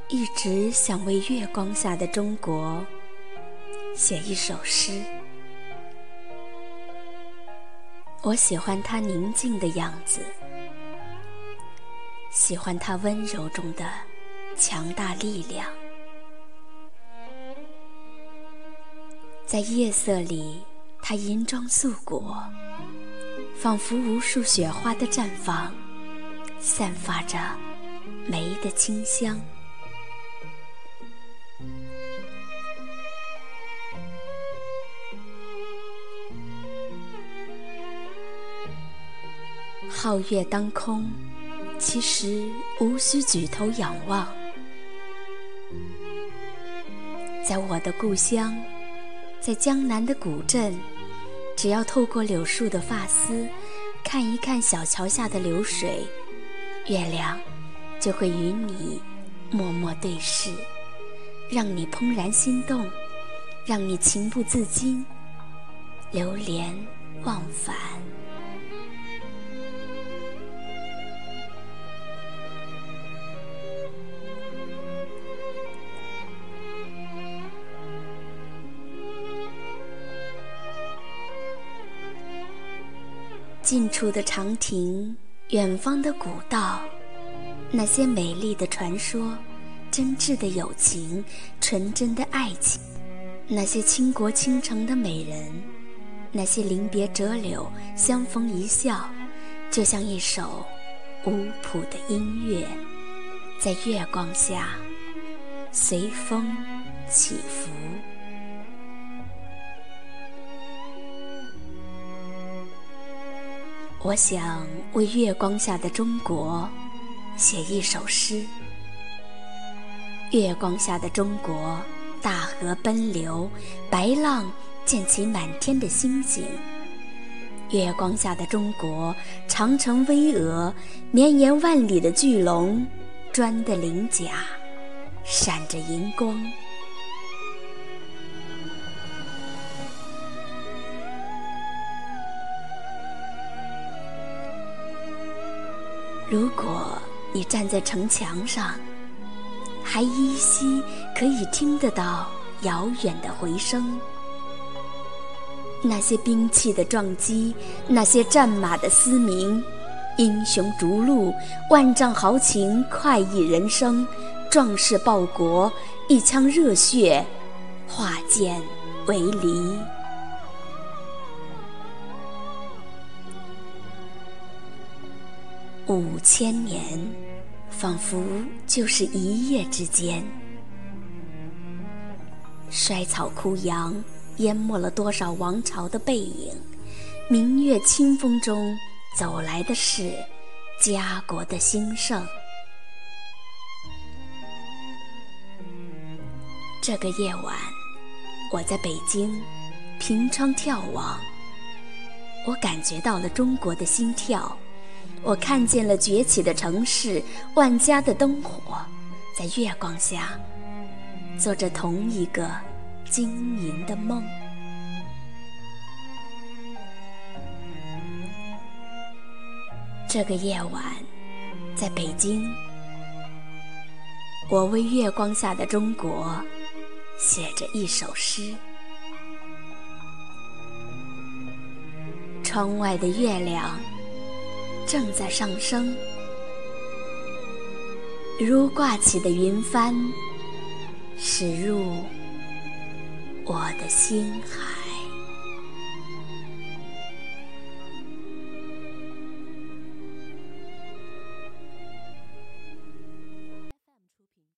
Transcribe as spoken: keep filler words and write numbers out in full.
一直想为月光下的中国写一首诗。我喜欢它宁静的样子，喜欢它温柔中的强大力量。在夜色里，它银装素裹，仿佛无数雪花的绽放，散发着梅的清香。皓月当空，其实无需举头仰望。在我的故乡，在江南的古镇，只要透过柳树的发丝，看一看小桥下的流水，月亮就会与你默默对视，让你怦然心动，让你情不自禁，流连忘返。近处的长亭，远方的古道，那些美丽的传说，真挚的友情，纯真的爱情，那些倾国倾城的美人，那些临别折柳，相逢一笑，就像一首无谱的音乐，在月光下随风起伏。我想为月光下的中国写一首诗。月光下的中国，大河奔流，白浪溅起满天的星星。月光下的中国，长城巍峨，绵延万里的巨龙，砖的鳞甲闪着银光。如果你站在城墙上，还依稀可以听得到遥远的回声，那些兵器的撞击，那些战马的嘶鸣，英雄逐鹿，万丈豪情，快意人生，壮士报国，一腔热血，化剑为犁。五千年，仿佛就是一夜之间。衰草枯杨，淹没了多少王朝的背影。明月清风中走来的是家国的兴盛。这个夜晚，我在北京凭窗眺望，我感觉到了中国的心跳。我看见了崛起的城市，万家的灯火，在月光下做着同一个晶莹的梦。这个夜晚，在北京，我为月光下的中国写着一首诗。窗外的月亮正在上升，如挂起的云帆，驶入我的心海。